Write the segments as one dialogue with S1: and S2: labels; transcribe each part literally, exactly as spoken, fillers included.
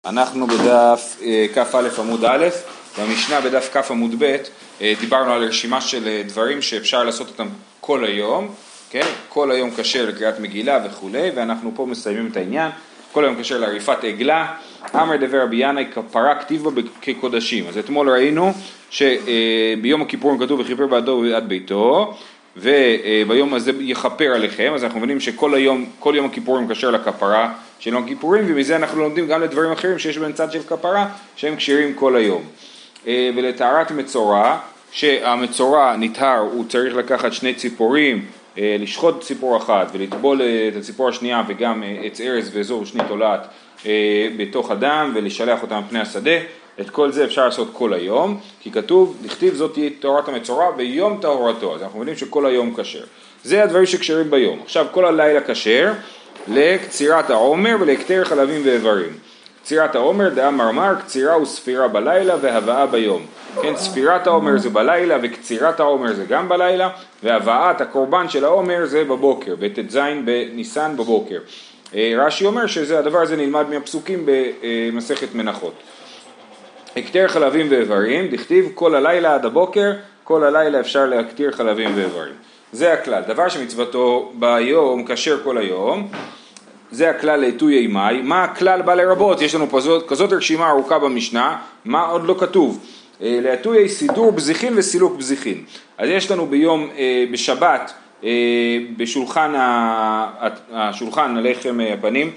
S1: אנחנו בדף כ"א עמוד א', במשנה בדף כ' עמוד ב', דיברנו על רשימה של דברים שאפשר לעשות אותם כל היום, כן? כל היום כשר לקריאת מגילה וכו', ואנחנו פה מסיימים את העניין. כל היום כשר לעריפת עגלה. אמר דבר רבי ינאי כפרה כתיב בה כקודשים. אז אתמול ראינו שביום הכיפורים כתוב וכיפר בעדו ועד ביתו, וביום הזה יכפר עליכם. אז אנחנו מבינים שכל היום, כל יום הכיפורים כשר לכפרה של יום הכיפורים, ומזה אנחנו לומדים גם לדברים אחרים שיש בין צד של כפרה שהם כשרים כל היום. ולטהרת מצורע, שהמצורע נטהר, הוא צריך לקחת שני ציפורים, לשחוט ציפור אחת ולטבול את הציפור השנייה וגם עץ ארז ואזור שני תולעת בתוך הדם ולשלח אותם פני השדה. את כל זה אפשר לעשות כל היום, כי כתוב, לכתיב זאת תהיה טהרת המצורע ביום טהרתו. אז אנחנו מבינים שכל היום כשר. זה הדברים שכשרים ביום. עכשיו כל הלילה כשר לקצירת העומר ולהקטר חלבים ואיברים. קצירת העומר דאמר מר, קצירה וספירה בלילה והבאה ביום. כן, ספירת העומר זה בלילה וקצירת העומר זה גם בלילה, והבאת הקורבן של העומר זה בבוקר, בט"ז בניסן בבוקר. רש"י אומר שזה הדבר הזה נלמד מהפסוקים במסכת מנחות. הקטר חלבים ואיברים, דכתיב כל הלילה עד הבוקר, כל הלילה אפשר להקטיר חלבים ואיברים. זה הכלל, דבר שמצוותו ביום כשר כל היום. זה הכלל לעיתוי מאי. מה הכלל בא לרבות? יש לנו פה זאת, כזאת רשימה ארוכה במשנה, מה עוד לא כתוב? לעיתוי סידור בזיחין וסילוק בזיחין. אז יש לנו ביום, בשבת, בשולחן השולחן הלחם הפנים,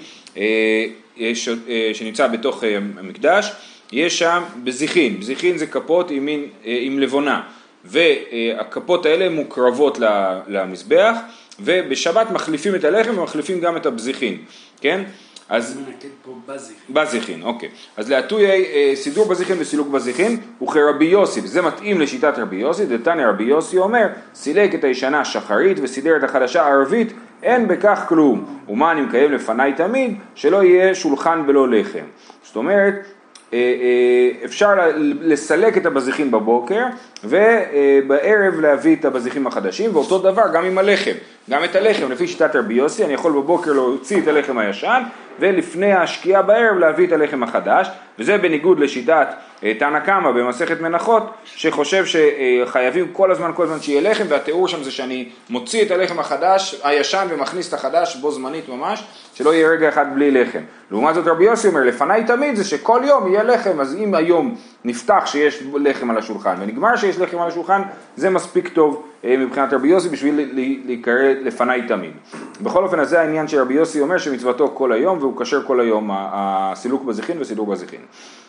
S1: שנמצא בתוך המקדש, יש שם בזיחין. בזיחין זה כפות עם, עם לבונה, והכפות האלה מוקרבות למזבח, ובשבת מחליפים את הלחם ומחליפים גם את הבזיחין, כן? אז בזיחין. בזיחין, אוקיי. אז לעיתוי סידור בזיחין וסילוק בזיחין הוא כרבי יוסי, זה מתאים לשיטת רבי יוסי. דתניא רבי יוסי אומר, סילק את הישנה שחרית וסידר את החדשה ערבית, אין בכך כלום. ומה אני מקיים לפניי תמיד? שלא יהיה שולחן ולא לחם. זאת אומרת, אפשר לסלק את הבזיחין בבוקר ובערב להביא את הבזיחים החדשים, ואותו דבר גם עם הלחם. גם את הלחם, לפי שיטת רבי יוסי, אני יכול בבוקר להוציא את הלחם הישן ולפני השקיעה בערב להביא את הלחם החדש, וזה בניגוד לשיטת תנא קמא במסכת מנחות, שחושב שחייבים כל הזמן כל הזמן שיהיה לחם, והתיאור שם זה שאני מוציא את הלחם החדש הישן ומכניס את החדש בו זמנית ממש, שלא יהיה רגע אחד בלי לחם. לעומת זאת רבי יוסי אומר, לפניי תמיד זה שכל יום יהיה לחם, אז אם היום נפתח שיש לחם על השולחן ונגמר שיש לחם על השולחן, זה מספיק טוב מבחינת רבי יוסי בשביל להיקרא לפניי תמיד. בכל אופן, אז זה העניין שרבי יוסי אומר שמצוותו כל היום, והוא כשר כל היום, הסילוק בזיחין וסידור בזיחין.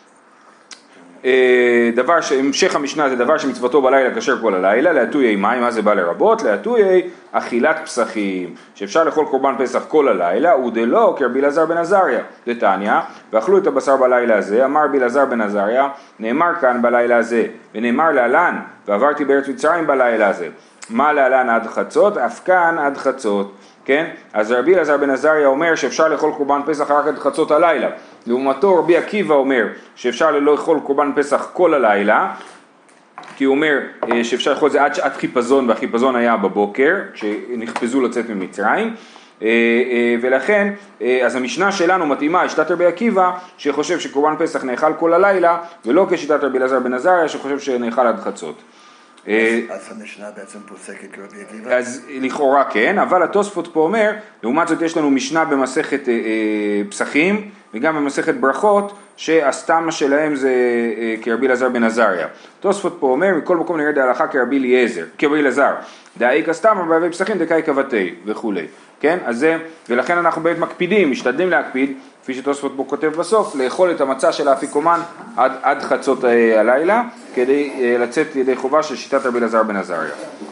S1: דבר שהמשך המשנה זה דבר שמצוותו בלילה כשר כל הלילה. לעיתוי מאי, מה זה בא לרבות? לעיתוי אכילת פסחים, שאפשר לאכול קורבן פסח כל הלילה, ודלא כרבי אלעזר בן עזריה. דתניא, ואכלו את הבשר בלילה הזה, אמר רבי אלעזר בן עזריה, נאמר כאן בלילה הזה, ונאמר להלן, ועברתי בארץ מצרים בלילה הזה. מה להלן עד חצות? אף כאן עד חצות. כן? אז רבי אלעזר בן עזריה אומר שאפשר לאכול קורבן פסח רק עד חצות הלילה. לעומתו רבי עקיבא אומר שאפשר לאכול קורבן פסח כל הלילה, כי הוא אומר שאפשר לאכול את זה עד, עד חיפזון, והחיפזון היה בבוקר, כשנחפזו לצאת ממצרים, ולכן, אז המשנה שלנו מתאימה, שיטת רבי עקיבא, שחושב שקורבן פסח נאכל כל הלילה, ולא כשיטת רבי אלעזר בן עזריה, שחושב שנאכל עד חצות.
S2: אז המשנה בעצם פוסקת כרבי עקיבא?
S1: אז לכאורה כן, אבל התוספות פה אומר, לעומת זאת יש לנו משנה במסכת פסחים, וגם במסכת ברכות, שהסתמה שלהם זה כרבי אלעזר בן עזריה. תוספות פה אומר, מכל מקום נרד ההלכה כרבי אליעזר, כרבי אלעזר, דאיכא סתמא בערבי פסחים דקאיכא ותי וכו'. כן? אז זה, ולכן אנחנו באמת מקפידים, משתדלים להקפיד, כפי שתוספות פה כותב בסוף, לאכול את המצה של האפיקומן עד, עד חצות הלילה, כדי לצאת ידי חובה של שיטת רבי אלעזר בן עזריה.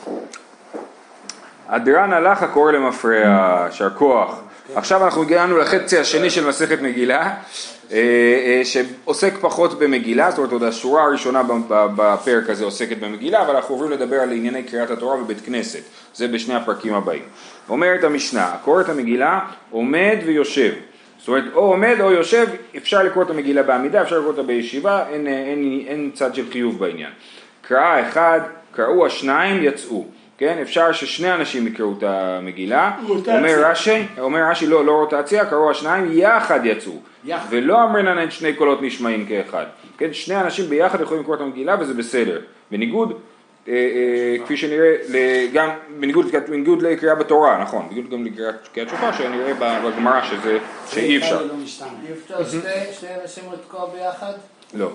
S1: אדרן הלך הקורא למפרע, שר כוח. עכשיו אנחנו הגענו לחצי השני של מסכת מגילה, שעוסק פחות במגילה, זאת אומרת עוד השורה הראשונה בפרק הזה עוסקת במגילה, אבל אנחנו עוברים לדבר על ענייני קריאת התורה ובית כנסת, זה בשני הפרקים הבאים. אומרת המשנה, הקורא את המגילה עומד ויושב, זאת אומרת או עומד או יושב, אפשר לקרוא את המגילה בעמידה, אפשר לקרוא אותה בישיבה, אין, אין, אין צד של חיוב בעניין. קראה אחד, קראו השניים, יצאו. כן, אפשר ששני אנשים יקראו את המגילה, אומר רש"י, אומר רש"י לא, לא רוטציה, קראו השניים, יחד יצאו, יחד. ולא אמרינן שני קולות נשמעים כאחד, כן, שני אנשים ביחד יכולים לקרוא את המגילה וזה בסדר, בניגוד, אה, אה, כפי שנראה, גם בניגוד, בניגוד לקריאה בתורה, נכון, בניגוד גם לקריאת שופר, שנראה בגמרא שזה, שאי אפשר.
S3: אי אפשר שני אנשים לתקוע ביחד?
S1: לא,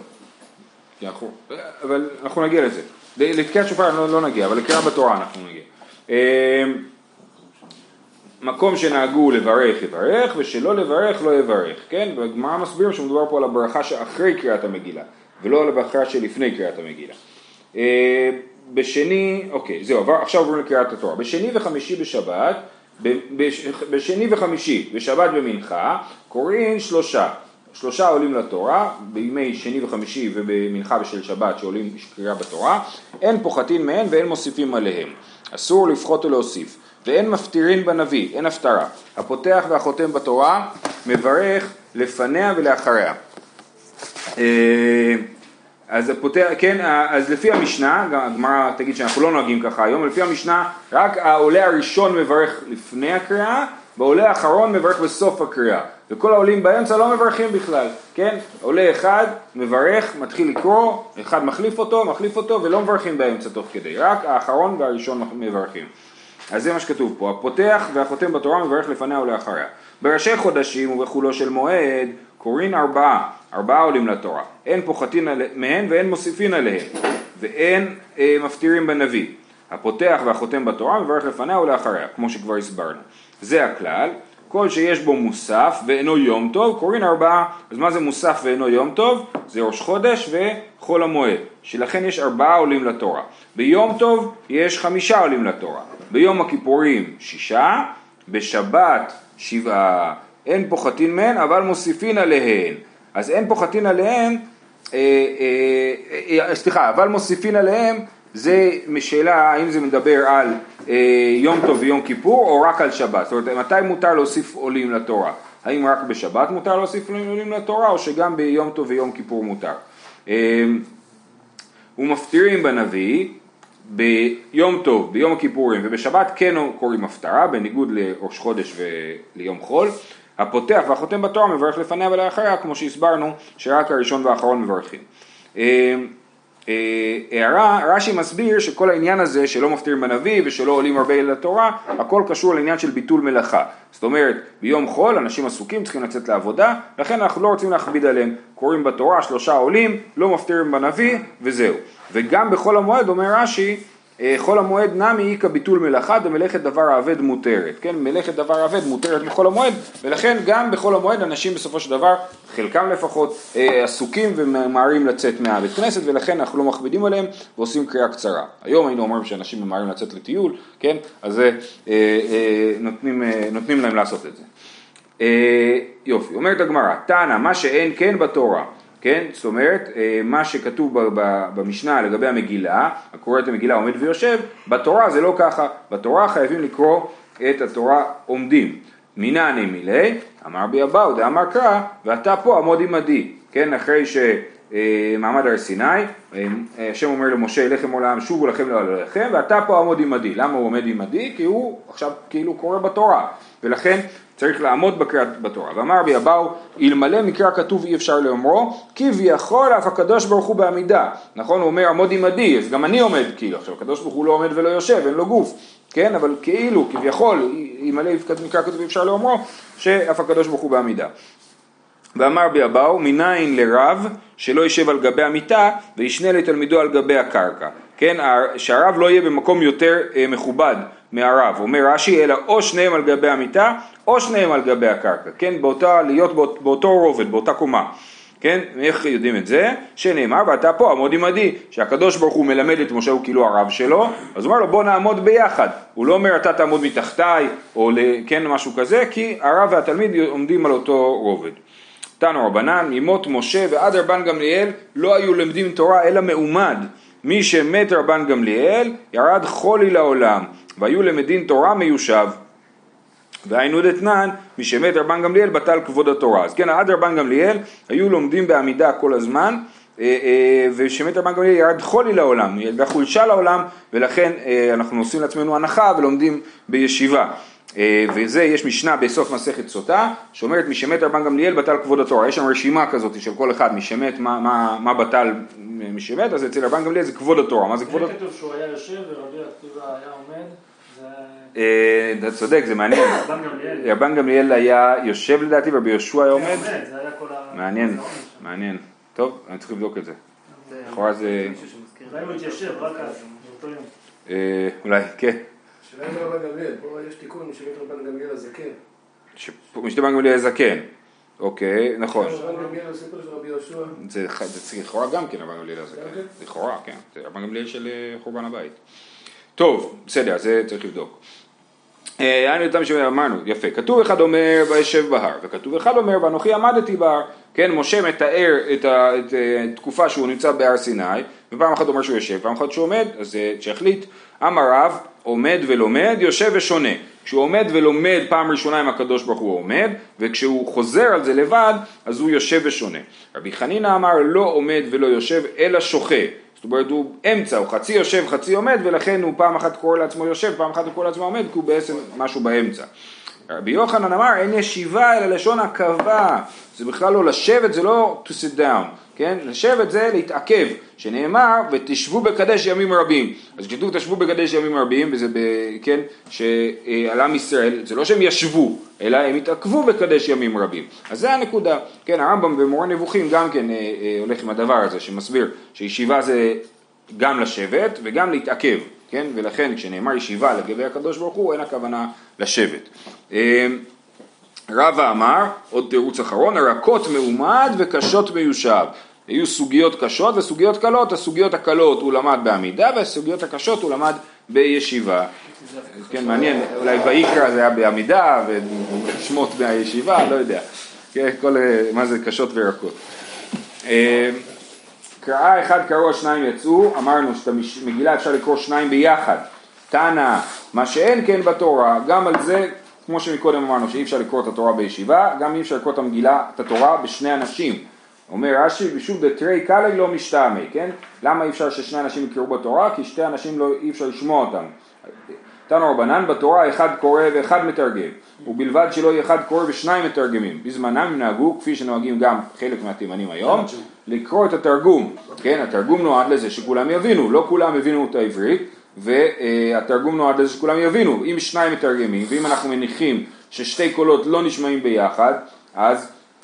S1: אבל אנחנו נגיע לזה. לתקיעת שופר לא, לא נגיע, אבל לקריאה בתורה אנחנו נגיע. מקום שנהגו לברך יברך, ושלא לברך לא יברך, כן? והגמרא מסביר שמדובר פה על הברכה שאחרי קריאת המגילה, ולא על הברכה שלפני קריאת המגילה. בשני, אוקיי, זהו, עכשיו עוברים לקריאת התורה. בשני וחמישי בשבת, בשני וחמישי בשבת במנחה, קוראים שלושה. שלושה עולים לתורה, בימי שני וחמישי ובמנחה בשל שבת שעולים קריאה בתורה, אין פוחתין מהן ואין מוסיפים עליהם. אסור לפחות ולהוסיף. ואין מפטירין בנביא, אין הפטרה. הפותח והחותם בתורה מברך לפניה ולאחריה. אז הפותח, כן, אז לפי המשנה, הגמרא תגיד שאנחנו לא נוהגים ככה היום, לפי המשנה רק העולה הראשון מברך לפני הקריאה, והעולה האחרון מברך בסוף הקריאה. וכל העולים באמצע לא מברכים בכלל, כן? עולה אחד, מברך, מתחיל לקרוא, אחד מחליף אותו, מחליף אותו, ולא מברכים באמצע תוך כדי, רק האחרון והראשון מברכים. אז זה מה שכתוב פה, הפותח והחותם בתורה מברך לפניה ולאחריה. בראשי חודשים ובחולו של מועד, קוראים ארבעה, ארבעה עולים לתורה. אין פוחתין מהן ואין מוסיפין עליהן, ואין אה, מפטירים בנביא. הפותח והחותם בתורה מברך לפניה ולאחריה, כמו שכבר הסברנו. זה הכלל. כל שיש בו מוסף ואינו יום טוב, קוראים ארבעה. אז מה זה מוסף ואינו יום טוב? זה ראש חודש וחול המועד, שלכן יש ארבעה עולים לתורה. ביום טוב יש חמישה עולים לתורה. ביום הכיפורים שישה, בשבת שבעה. אין פוחתין מהן אבל מוסיפין עליהן. אז אין פוחתין עליהן, אה, אה, אה, סליחה, אבל מוסיפין עליהן, זה משאלה האם זה מדבר על אה, יום טוב ויום כיפור או רק על שבת. זאת אומרת, מתי מותר להוסיף עולים לתורה? האם רק בשבת מותר להוסיף עולים לתורה או שגם ביום טוב ויום כיפור מותר? אה, ומפטירים בנביא, ביום טוב, ביום הכיפורים ובשבת כן קוראים הפטרה, בניגוד לראש חודש וליום חול. הפותח והחותם בתורה מברך לפניה ולאחריה, כמו שהסברנו שרק הראשון והאחרון מברכים. הערה, רש"י מסביר שכל העניין הזה שלא מפטירים בנביא ושלא עולים הרבה לתורה, הכל קשור לעניין של ביטול מלאכה. זאת אומרת, ביום חול אנשים עסוקים, צריכים לצאת לעבודה, לכן אנחנו לא רוצים להכביד עליהם. קוראים בתורה, שלושה עולים, לא מפטירים בנביא וזהו. וגם בכל המועד אומר רש"י, חול המועד נמי איקה ביטול מלאכה ומלאכת דבר העבד מותרת, כן? מלאכת דבר העבד מותרת בכל המועד, ולכן גם בכל המועד אנשים בסופו של דבר, חלקם לפחות, עסוקים וממהרים לצאת מהבית כנסת, ולכן אנחנו לא מכבידים עליהם ועושים קריאה קצרה. היום היינו אומרים שאנשים ממהרים לצאת לטיול, כן? אז אה, אה, נותנים, אה, נותנים להם לעשות את זה. אה, יופי, אומרת הגמרא, תנא, מה שאין כן בתורה, כן? זאת אומרת, מה שכתוב במשנה לגבי המגילה, הקורא את המגילה עומד ויושב, בתורה זה לא ככה, בתורה חייבים לקרוא את התורה עומדים. מינני מילי, אמר בי אבאו, דאמר קרא, ואתה פה עמוד עמדי, כן? אחרי שמעמד הר סיני, השם אומר למשה, לכם עולם, שובו לכם לא עליכם, ואתה פה עמוד עמדי. למה הוא עומד עמדי? כי הוא עכשיו כאילו קורא בתורה, ולכן צריך לעמוד בקריאת בתורה. ואמר בי אבאו, אלמלא מקרא כתוב אי אפשר לאמרו, כביכול אף הקדוש ברוך הוא בעמידה. נכון, הוא אומר עמוד עמדי, אז גם אני עומד כאילו. עכשיו, הקדוש ברוך הוא לא עומד ולא יושב, אין לו גוף. כן, אבל כאילו, כביכול, אלמלא מקרא כתוב אי אפשר לאמרו, שאף הקדוש ברוך הוא בעמידה. ואמר בי אבאו, מניין לרב שלא יישב על גבי המיטה, וישנה לתלמידו על גבי הקרקע. כן, שהרב לא יהיה במקום יותר מכובד מהרב. אומר רש"י, אלא או שניהם על גבי המיטה, או שניהם על גבי הקרקע. כן, באותה, להיות באות, באותו רובד, באותה קומה. כן, איך יודעים את זה? שנאמר, ואתה פה עמוד עמדי, שהקדוש ברוך הוא מלמד את משה הוא כאילו הרב שלו, אז הוא אומר לו בוא נעמוד ביחד. הוא לא אומר אתה תעמוד מתחתיי, או כן משהו כזה, כי הרב והתלמיד עומדים על אותו רובד. תנו רבנן, ממות משה ועד רבן גמליאל לא היו למדים תורה אלא מעומד. מי שמת רבן גמליאל ירד חולי לעולם, והיו למדין תורה מיושב. והיינו דתנן, מי שמת רבן גמליאל בטל כבוד התורה. אז כן, עד רבן גמליאל היו לומדים בעמידה כל הזמן, ושמת רבן גמליאל ירד חולי לעולם, ירדה חולשה לעולם, ולכן אנחנו עושים לעצמנו הנחה ולומדים בישיבה. וזה יש משנה בסוף מסכת סוטה, שאומרת משמת רבן גמליאל בטל כבוד התורה. יש שם רשימה כזאת של כל אחד משמת, מה, מה, מה בטל משמת, אז אצל רבן גמליאל זה כבוד התורה. מה זה כבוד התורה?
S3: זה כתוב שהוא היה יושב ורבי עקיבא היה עומד.
S1: אתה צודק, זה מעניין. רבן גמליאל היה יושב לדעתי, ורבי יהושע היה עומד. מעניין, מעניין. טוב, אני צריך לבדוק את זה. לכאורה זה...
S3: אולי הוא התיישב רק אז, באותו יום.
S1: אולי, כן.
S4: שאלה עם רבן גמליאל, פה יש תיקון משמת רבן גמליאל הזקן.
S1: משמת רבן גמליאל הזקן, אוקיי, נכון.
S4: רבן גמליאל הסיפור של רבי יהושע.
S1: זה לכאורה גם כן רבן גמליאל הזקן. לכאורה, כן. זה רבן גמליאל של חורבן הבית. טוב, בסדר, זה צריך לבדוק. היינו אותם שאמרנו, יפה, כתוב אחד אומר וישב בהר, וכתוב אחד אומר ואנוכי עמדתי בהר, כן, משה מתאר את התקופה שהוא נמצא בהר סיני, ופעם אחת אומר שהוא יושב, פעם אחת שהוא עומד, אז שיחליט, אמר רב, עומד ולומד, יושב ושונה. כשהוא עומד ולומד פעם ראשונה עם הקדוש ברוך הוא עומד, וכשהוא חוזר על זה לבד, אז הוא יושב ושונה. רבי חנינא אמר לא עומד ולא יושב, אלא שוחה. זאת אומרת הוא אמצע, הוא חצי יושב, חצי עומד, ולכן הוא פעם אחת קורא לעצמו יושב, פעם אחת הוא קורא לעצמו עומד, כי הוא בעצם משהו באמצע. רבי יוחנן אמר, אין ישיבה אלא לשון עכבה, זה בכלל לא לשבת, זה לא to sit down, כן? לשבת זה להתעכב, שנאמר, ותשבו בקדש ימים רבים. אז כשכתוב תשבו בקדש ימים רבים, וזה ב, כן, שעל עם ישראל, זה לא שהם ישבו, אלא הם התעכבו בקדש ימים רבים. אז זה הנקודה, כן, הרמב"ם במורה נבוכים גם כן הולך עם הדבר הזה, שמסביר שישיבה זה גם לשבת וגם להתעכב. כן? ולכן כשנאמר ישיבה לגבי הקדוש ברוך הוא, אין הכוונה לשבת. רבא אמר, עוד תירוץ אחרון, הרכות מעומד וקשות מיושב. היו סוגיות קשות וסוגיות קלות, הסוגיות הקלות הוא למד בעמידה, והסוגיות הקשות הוא למד בישיבה. כן, מעניין, אולי ויקרא זה היה בעמידה, ושמות בישיבה, לא יודע. כן, כל, מה זה קשות ורכות. קראה אחד קראו שניים יצאו, אמרנו שאת המגילה אפשר לקרוא שניים ביחד. תנא, מה שאין כן בתורה, גם על זה, כמו שמקודם אמרנו, שאי אפשר לקרוא את התורה בישיבה, גם אי אפשר לקרוא את המגילה, את התורה בשני אנשים. אומר רש"י, בשום דתרי קלי לא משתעמי, כן? למה אי אפשר ששני אנשים יקראו בתורה? כי שתי אנשים לא, אי אפשר לשמוע אותם. תנו רבנן, בתורה אחד קורא ואחד מתרגם, ובלבד שלא יהיה אחד קורא ושניים מתרגמים. בזמנם נהגו, כפי שנוהגים גם חלק מהתימנים היום, לקרוא את התרגום. כן, התרגום נועד לזה שכולם יבינו, לא כולם הבינו את העברית, והתרגום נועד לזה שכולם יבינו. אם שניים מתרגמים, ואם אנחנו מניחים ששתי קולות לא נשמעים ביחד, אז,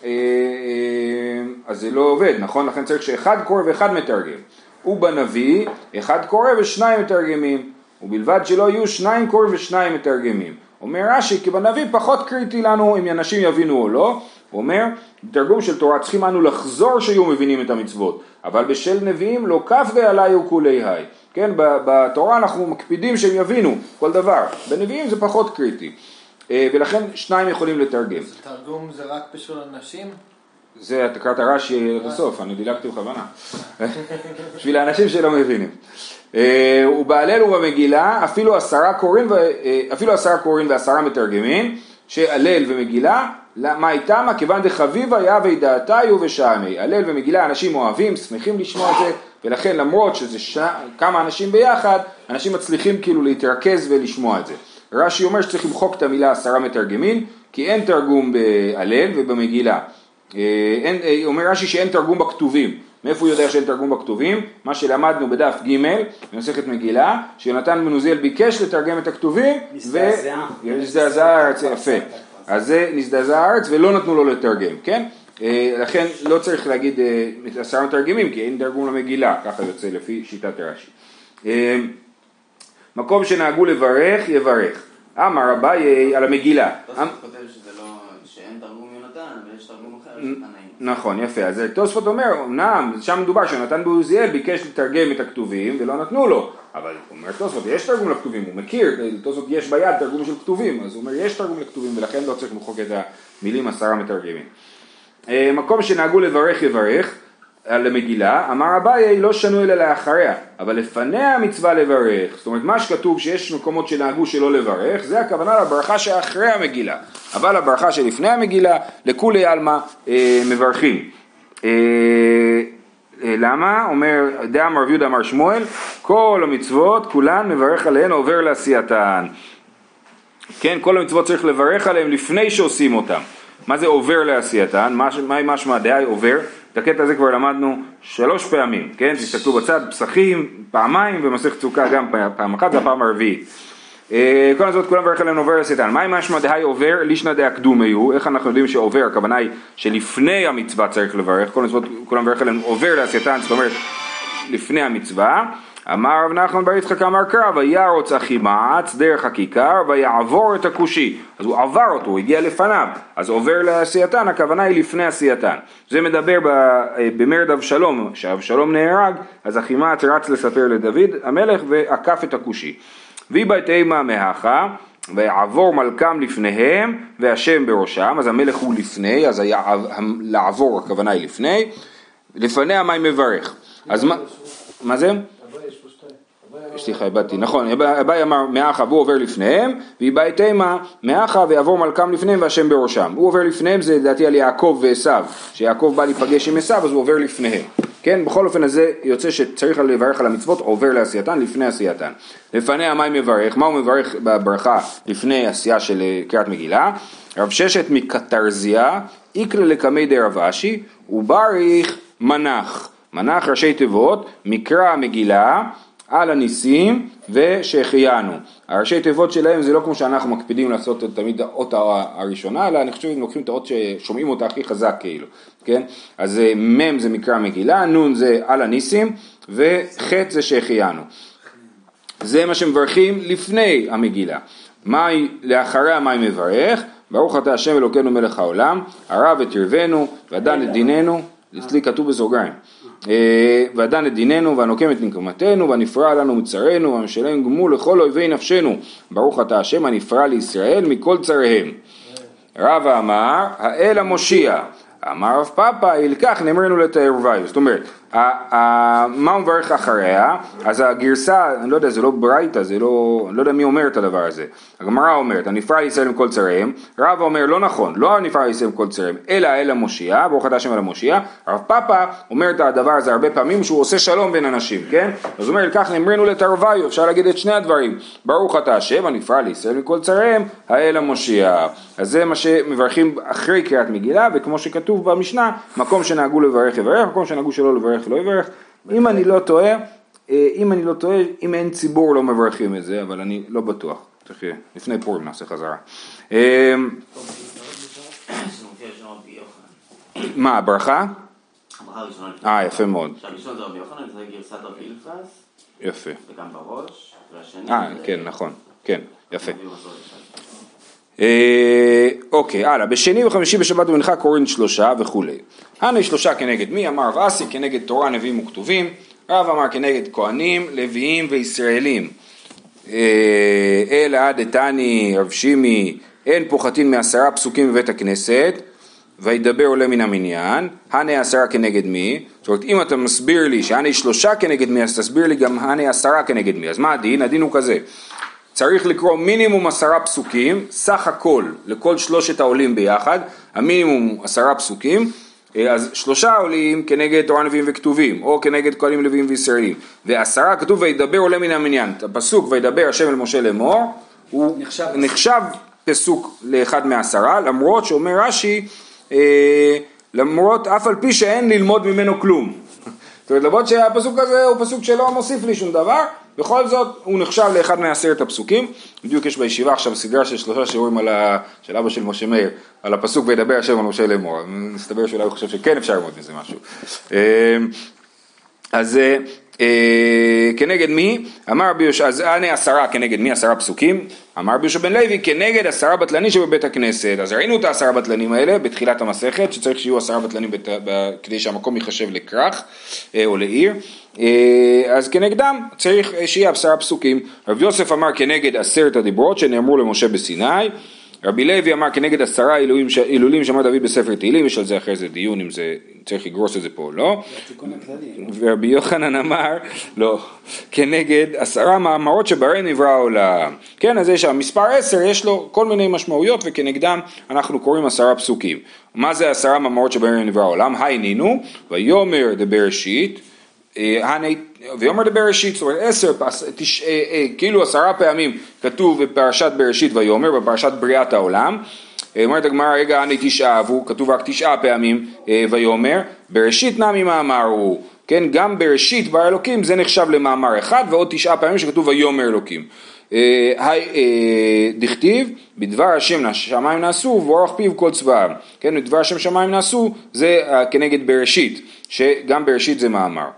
S1: אז זה לא עובד, נכון? לכן צריך שאחד קורא ואחד מתרגם. ובנביא, אחד קורא ושניים מתרגמים. ובלבד שלא יהיו שניים קוראים ושניים מתרגמים. אומר רש"י, כי בנביא פחות קריטי לנו אם אנשים יבינו או לא. הוא אומר, בתרגום של תורה צריכים אנו לחזור שיהיו מבינים את המצוות, אבל בשל נביאים לא כף עליי וכולי היי. כן, בתורה אנחנו מקפידים שהם יבינו כל דבר, בנביאים זה פחות קריטי. ולכן שניים יכולים לתרגם.
S3: תרגום זה רק בשביל אנשים?
S1: זה תקראת הרש"י לסוף, אני דילגתי בכוונה. בשביל האנשים שלא מבינים. ובהלל ובמגילה אפילו עשרה קוראים אפילו עשרה קוראים ועשרה מתרגמים, שהלל ומגילה, מה איתם? כיוון דחביבה יהווה דעתיו ושעמי. הלל ומגילה אנשים אוהבים, שמחים לשמוע את זה, ולכן למרות שזה ש... כמה אנשים ביחד, אנשים מצליחים כאילו להתרכז ולשמוע את זה. רש"י אומר שצריך למחוק את המילה עשרה מתרגמים, כי אין תרגום בהלל ובמגילה. אין, אומר רש"י שאין תרגום בכתובים. מאיפה הוא יודע שאין תרגום בכתובים? מה שלמדנו בדף ג' במסכת מגילה, שיונתן בן עוזיאל ביקש לתרגם את הכתובים, ונזדעזע הארץ, יפה. אז זה נזדעזע הארץ ולא נתנו לו לתרגם, כן? לכן לא צריך להגיד עשרה מתרגמים, כי אין תרגום למגילה, ככה יוצא לפי שיטת רש"י. מקום שנהגו לברך, יברך. אמר אביי על המגילה.
S5: תוספות כותב שזה לא, שאין תרגום יונתן, אבל יש תרגום אחר שאתה נעים.
S1: נכון, יפה. אז תוספות אומר, אמנם, שם מדובר שיונתן בן עוזיאל ביקש לתרגם את הכתובים ולא נתנו לו. אבל הוא אומר תוספות, יש תרגום לכתובים, הוא מכיר, תוספות יש ביד תרגום של כתובים, אז הוא אומר יש תרגום לכתובים ולכן לא צריך למחוק את המילים עשרה מתרגמים. מקום שנהגו לברך, יברך. על המגילה, אמר אביי לא שנו אלא לאחריה, אבל לפניה המצווה לברך. זאת אומרת, מה שכתוב שיש מקומות שנהגו שלא לברך, זה הכוונה לברכה שאחרי המגילה. אבל הברכה שלפני המגילה, לכולי עלמא אה, מברכים. אה, למה? אומר דאמר רב יהודה אמר שמואל, כל המצוות כולן מברך עליהן עובר לעשייתן. כן, כל המצוות צריך לברך עליהן לפני שעושים אותן. מה זה עובר לעשייתן? מה היא משמע דעה עובר? את הקטע הזה כבר למדנו שלוש פעמים, כן? תסתכלו בצד, פסחים פעמיים ומסכת סוכה גם פעם אחת, זה הפעם הרביעית. כל הזאת כולם מברך עליהן עובר לעשייתן. מה היא משמע דעה עובר? לישנא דעה קדום היו. איך אנחנו יודעים שעובר? הכוונה היא שלפני המצווה צריך לברך, כל המצוות כולם מברך עליהן עובר לעשייתן, זאת אומרת לפני המצווה. אמר רב נחמן בר יצחק אמר קרא וירוץ אחימעץ דרך הכיכר ויעבור את הכושי, אז הוא עבר אותו, הוא הגיע לפניו, אז עובר לעשייתן, הכוונה היא לפני עשייתן. זה מדבר במרד אבשלום, כשאבשלום נהרג, אז אחימעץ רץ לספר לדוד המלך ועקף את הכושי. ויבית אימה מהכה ויעבור מלכם לפניהם והשם בראשם, אז המלך הוא לפני, אז היה לעבור, הכוונה היא לפני, לפניה מי מברך. אז מה, מה זה? סליחה, הבאתי, נכון, אביי אמר מאחה והוא עובר לפניהם, ואיבאי תימה מאחה ויעבור מלכם לפניהם והשם בראשם. הוא עובר לפניהם, זה לדעתי על יעקב ועשיו, שיעקב בא להיפגש עם עשיו אז הוא עובר לפניהם. כן, בכל אופן הזה יוצא שצריך לברך על המצוות, עובר לעשייתן לפני עשייתן. לפניה מה מברך? מה הוא מברך בברכה לפני עשייה של קריאת מגילה? רב ששת מקטרזיה, איקלה לקמי דרב אשי, ובריך מנח. מנח ראשי תיבות, מקרא מגילה, על הניסים ושהחיינו. הראשי תיבות שלהם זה לא כמו שאנחנו מקפידים לעשות תמיד האות הראשונה, אלא אני חושב אם לוקחים את האות ששומעים אותה הכי חזק כאילו, כן? אז מם זה מקרא מגילה, נון זה על הניסים וחט זה שהחיינו. זה מה שמברכים לפני המגילה. מה לאחריה מה מברך? ברוך אתה השם אלוקינו מלך העולם, הרב את ירבנו ודן את דיננו, אצלי כתוב בסוגריים. ועדן את דיננו והנוקם את נקמתנו והנפרע לנו מצרינו והמשלם גמול לכל אויבי נפשנו, ברוך אתה השם הנפרע לישראל מכל צריהם. רב אמר האל המושיע, אמר רב פאפא ילקח נאמרנו לתערוויו. זאת אומרת מה הוא מברך אחריה? אז הגרסה, אני לא יודע, זה לא ברייתא, זה לא, אני לא יודע מי אומר את הדבר הזה. הגמרא אומרת הנפרע לישראל מכל צריהם, רב אומר לא נכון, לא הנפרע לישראל מכל צריהם אלא האל המושיע, ברוך אתה השם אל המושיע. רב פאפא אומר את הדבר הזה הרבה פעמים שהוא עושה שלום בין אנשים, כן? אז הוא אומר ילקח נאמרנו לתערוויו, אפשר להגיד את שני הדברים, ברוך אתה השם הנפרע לישראל מכל צריהם האל המושיע. אז זה מה שמברכים אחרי קריאת מגילה, וכמו שכתוב במשנה, מקום שנהגו לברך יברך, מקום שנהגו שלא לברך לא יברך. אם אני לא טועה, אם אני לא טועה, אם אין ציבור לא מברכים את זה, אבל אני לא בטוח. צריך לפני פורים נעשה חזרה. מה, הברכה?
S5: הברכה הראשונה.
S1: אה, יפה מאוד.
S5: שהראשון זה רבי יוחנן, זה גרסת רבי אלפס.
S1: יפה.
S5: וגם בראש, והשני...
S1: אה, כן, נכון. כן, יפה. אוקיי, הלאה, בשני וחמישי בשבת ומנחה קוראים שלושה וכולי. הנה שלושה כנגד מי? אמר רב אסי כנגד תורה נביאים וכתובים, רב אמר כנגד כהנים, לוויים וישראלים. אלא דתני רב שימי, אין פוחתין מעשרה פסוקים בבית הכנסת, וידבר עולה מן המניין. הנה עשרה כנגד מי? זאת אומרת, אם אתה מסביר לי שהנה שלושה כנגד מי, אז תסביר לי גם הנה עשרה כנגד מי. אז מה הדין? הדין הוא כזה. צריך לקרוא מינימום עשרה פסוקים, סך הכל, לכל שלושת העולים ביחד, המינימום עשרה פסוקים, אז שלושה עולים כנגד תורה נביאים וכתובים, או כנגד כהנים לוויים וישראלים, ועשרה כתוב וידבר עולה מן המניין, הפסוק וידבר השם אל משה לאמור, הוא נחשב, נחשב פסוק לאחד מעשרה, למרות שאומר רש"י, אה, למרות אף על פי שאין ללמוד ממנו כלום. זאת אומרת, למרות שהפסוק הזה הוא פסוק שלא מוסיף לי שום דבר, בכל זאת הוא נחשב לאחד מעשרת הפסוקים. בדיוק יש בישיבה עכשיו סדרה של שלושה שיעורים על ה... של אבא של משה מאיר, על הפסוק וידבר השם על משה לאמור. מסתבר שאולי הוא חושב שכן אפשר ללמוד מזה משהו. אז כנגד מי? אמר רבי יהושע, אז הנה עשרה כנגד מי? עשרה פסוקים. אמר רבי יהושע בן לוי כנגד עשרה בטלנים שבבית הכנסת. אז ראינו את העשרה בטלנים האלה בתחילת המסכת, שצריך שיהיו עשרה בטלנים בת... כדי שהמקום ייחשב לכרך או לעיר. אז כנגדם צריך שיהיה עשרה פסוקים. רבי יוסף אמר כנגד עשרת הדיברות שנאמרו למשה בסיני. רבי לוי אמר כנגד עשרה הילולים שאמר דוד בספר תהילים, יש על זה אחרי זה דיון אם זה צריך לגרוס את זה פה או לא. ורבי יוחנן אמר לא, כנגד עשרה מאמרות שבהן נברא העולם. כן, אז יש המספר עשר, יש לו כל מיני משמעויות וכנגדם אנחנו קוראים עשרה פסוקים. מה זה עשרה מאמרות שבהן נברא העולם? היינינו ויאמר דבראשית ויאמר בראשית, זאת אומרת עשר, תש, כאילו עשרה פעמים כתוב בפרשת בראשית ויאמר, בפרשת בריאת העולם, אומרת הגמרא רגע הנה תשעה, והוא כתוב רק תשעה פעמים ויאמר, בראשית נמי מאמר הוא, כן, גם בראשית ברא אלוקים זה נחשב למאמר אחד, ועוד תשעה פעמים שכתוב ויאמר אלוקים. דכתיב בדבר השם שמיים נעשו ובאורח פיו כל צבאם, כן, בדבר השם שמיים נעשו זה כנגד בראשית, שגם בראשית זה מאמר.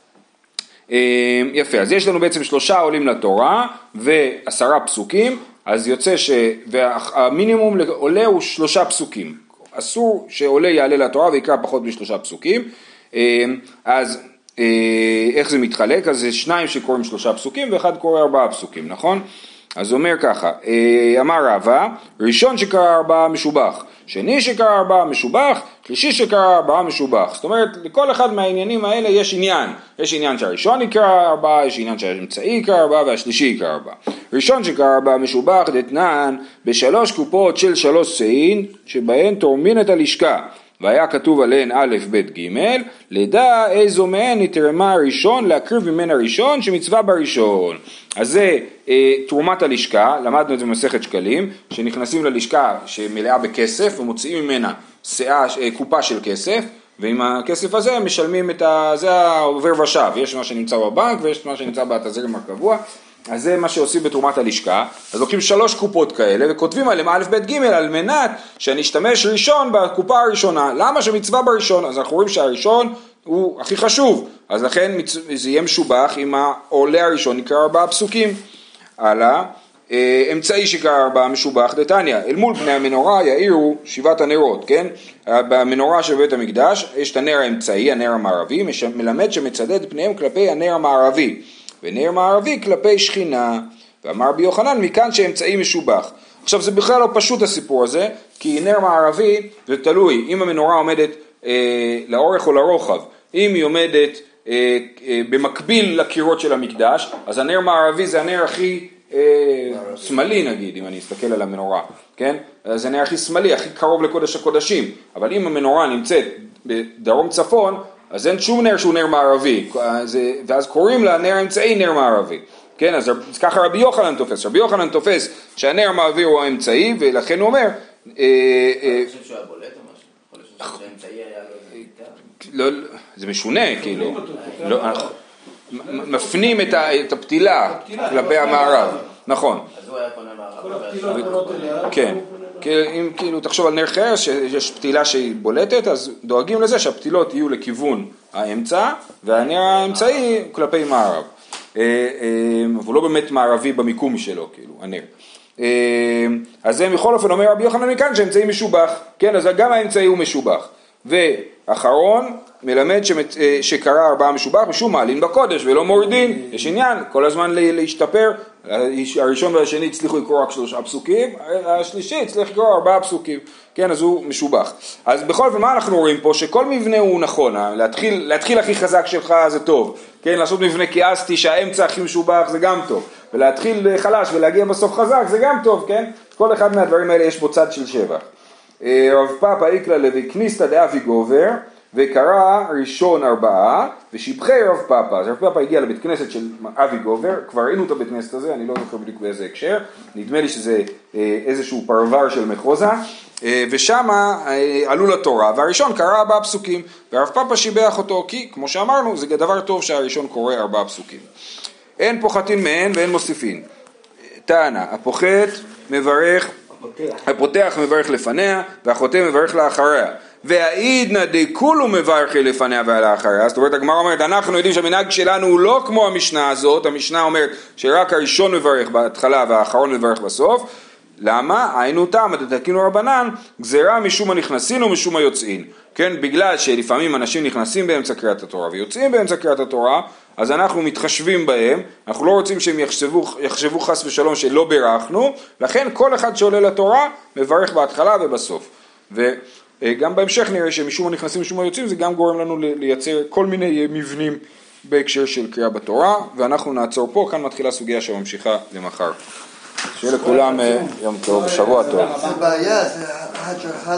S1: יפה, אז יש לנו בעצם שלושה עולים לתורה ועשרה פסוקים, אז יוצא שהמינימום עולה הוא שלושה פסוקים, אסור שעולה יעלה לתורה ויקרא פחות משלושה פסוקים. אז איך זה מתחלק? אז זה שניים שקוראים שלושה פסוקים ואחד קורא ארבעה פסוקים, נכון? אז אומר ככה, אמר רבא, ראשון שקרא ארבעה משובח, שני שקרא ארבעה משובח, שלישי שקרא ארבעה משובח. זאת אומרת, לכל אחד מהעניינים האלה יש עניין. יש עניין שהראשון יקרא ארבעה, יש עניין שהאמצעי יקרא ארבעה והשלישי יקרא ארבעה. ראשון שקרא ארבעה משובח, דתנן, בשלוש קופות של שלוש שאין, שבהן תורמין את הלשכה. והיה כתוב עליהן א' ב' ג', לדע איזו מהן נתרמה הראשון, להקריב ממנה ראשון שמצווה בראשון. אז זה אה, תרומת הלשכה, למדנו את זה במסכת שקלים, שנכנסים ללשכה שמלאה בכסף ומוציאים ממנה שאה, אה, קופה של כסף, ועם הכסף הזה משלמים את ה... זה העובר ושב, יש מה שנמצא בבנק ויש מה שנמצא בתזרים הקבוע, אז זה מה שעושים בתרומת הלשכה. אז לוקחים שלוש קופות כאלה וכותבים עליהם א' ב' ג' על מנת שאני אשתמש ראשון בקופה הראשונה. למה שמצווה בראשון? אז אנחנו רואים שהראשון הוא הכי חשוב, אז לכן זה יהיה משובח אם העולה הראשון נקרא ארבעה פסוקים. הלאה, אמצעי שקרא ארבעה משובח דתניא, אל מול פני המנורה יאירו שבעת הנרות, כן? במנורה של בית המקדש יש את הנר האמצעי, הנר המערבי, מלמד שמצדד פניהם כלפי הנר המערבי, ונר מערבי כלפי שכינה. ואמר רבי יוחנן מכאן שאמצעי משובח. עכשיו זה בכלל לא פשוט הסיפור הזה, כי נר מערבי זה תלוי אם המנורה עומדת אה, לאורך או לרוחב. אם היא עומדת אה, אה, במקביל לקירות של המקדש, אז הנר מערבי זה הנר הכי אה, שמאלי נגיד, אם אני אסתכל על המנורה, כן? זה הנר הכי שמאלי, הכי קרוב לקודש הקודשים. אבל אם המנורה נמצאת בדרום צפון, אז אין שום נר שהוא נר מערבי, ואז קוראים לה נר האמצעי נר מערבי, כן? אז ככה רבי יוחנן תופס, רבי יוחנן תופס שהנר המערבי הוא האמצעי, ולכן הוא אומר...
S5: אני חושב שהוא היה בולט או משהו? יכול להיות שהאמצעי היה לו... לא, זה משונה, כאילו,
S1: מפנים את הפתילה כלפי המערב, נכון.
S5: אז הוא היה פונה
S3: מערב.
S1: כן. אם כאילו תחשוב על נר חרס שיש פתילה שהיא בולטת, אז דואגים לזה שהפתילות יהיו לכיוון האמצע והנר האמצעי כלפי מערב, אבל לא באמת מערבי במיקום שלו, כאילו הנר. אז זה בכל אופן אומר רבי יוחנן מכאן שהאמצעי משובח, כן? אז גם האמצעי הוא משובח. ואחרון מלמד שקרא ארבעה משובח משום מעלין בקודש ולא מורדין. יש עניין כל הזמן להשתפר, הראשון והשני הצליחו לקרוא רק שלושה פסוקים, השלישי הצליח לקרוא ארבעה פסוקים, כן? אז הוא משובח. אז בכל אופן מה אנחנו רואים פה? שכל מבנה הוא נכון, להתחיל, להתחיל הכי חזק שלך זה טוב, כן? לעשות מבנה קיאסטי שהאמצע הכי משובח זה גם טוב, ולהתחיל חלש ולהגיע בסוף חזק זה גם טוב, כן? כל אחד מהדברים האלה יש בו צד של שבח. רב פאפא איקלה לוי כניסתא דאבי גובר, וקרא ראשון ארבעה ושיבחי רב פאפא. אז רב פאפא הגיע לבית כנסת של אבי גובר, כבר ראינו את הבית כנסת הזה, אני לא זוכר בדיוק באיזה הקשר, נדמה לי שזה איזשהו פרבר של מחוזה, ושם עלו לתורה, והראשון קרא ארבעה פסוקים, ורב פאפא שיבח אותו, כי כמו שאמרנו זה דבר טוב שהראשון קורא ארבעה פסוקים. אין פוחתין מהן ואין מוסיפין. טענה, הפוחת מברך, הפותח מברך לפניה, והחוטא מברך לאחריה. והעידנא דכולו מברך לפניה ולאחריה. זאת אומרת, הגמרא אומרת, אנחנו יודעים שהמנהג שלנו הוא לא כמו המשנה הזאת, המשנה אומרת שרק הראשון מברך בהתחלה והאחרון מברך בסוף. למה? היינו תמה דתקינו רבנן, גזירה משום הנכנסין ומשום היוצאין. כן, בגלל שלפעמים אנשים נכנסים באמצע קריאת התורה ויוצאים באמצע קריאת התורה, אז אנחנו מתחשבים בהם, אנחנו לא רוצים שהם יחשבו, יחשבו חס ושלום שלא בירכנו, לכן כל אחד שעולה לתורה מברך בהתחלה ובסוף. וגם בהמשך נראה שמשום הנכנסים ומשום היוצאים זה גם גורם לנו לייצר כל מיני מבנים בהקשר של קריאה בתורה, ואנחנו נעצור פה, כאן מתחילה סוגיה שממשיכה למחר. שיהיה לכולם יום טוב, שבוע טוב.
S2: זה בעיה, זה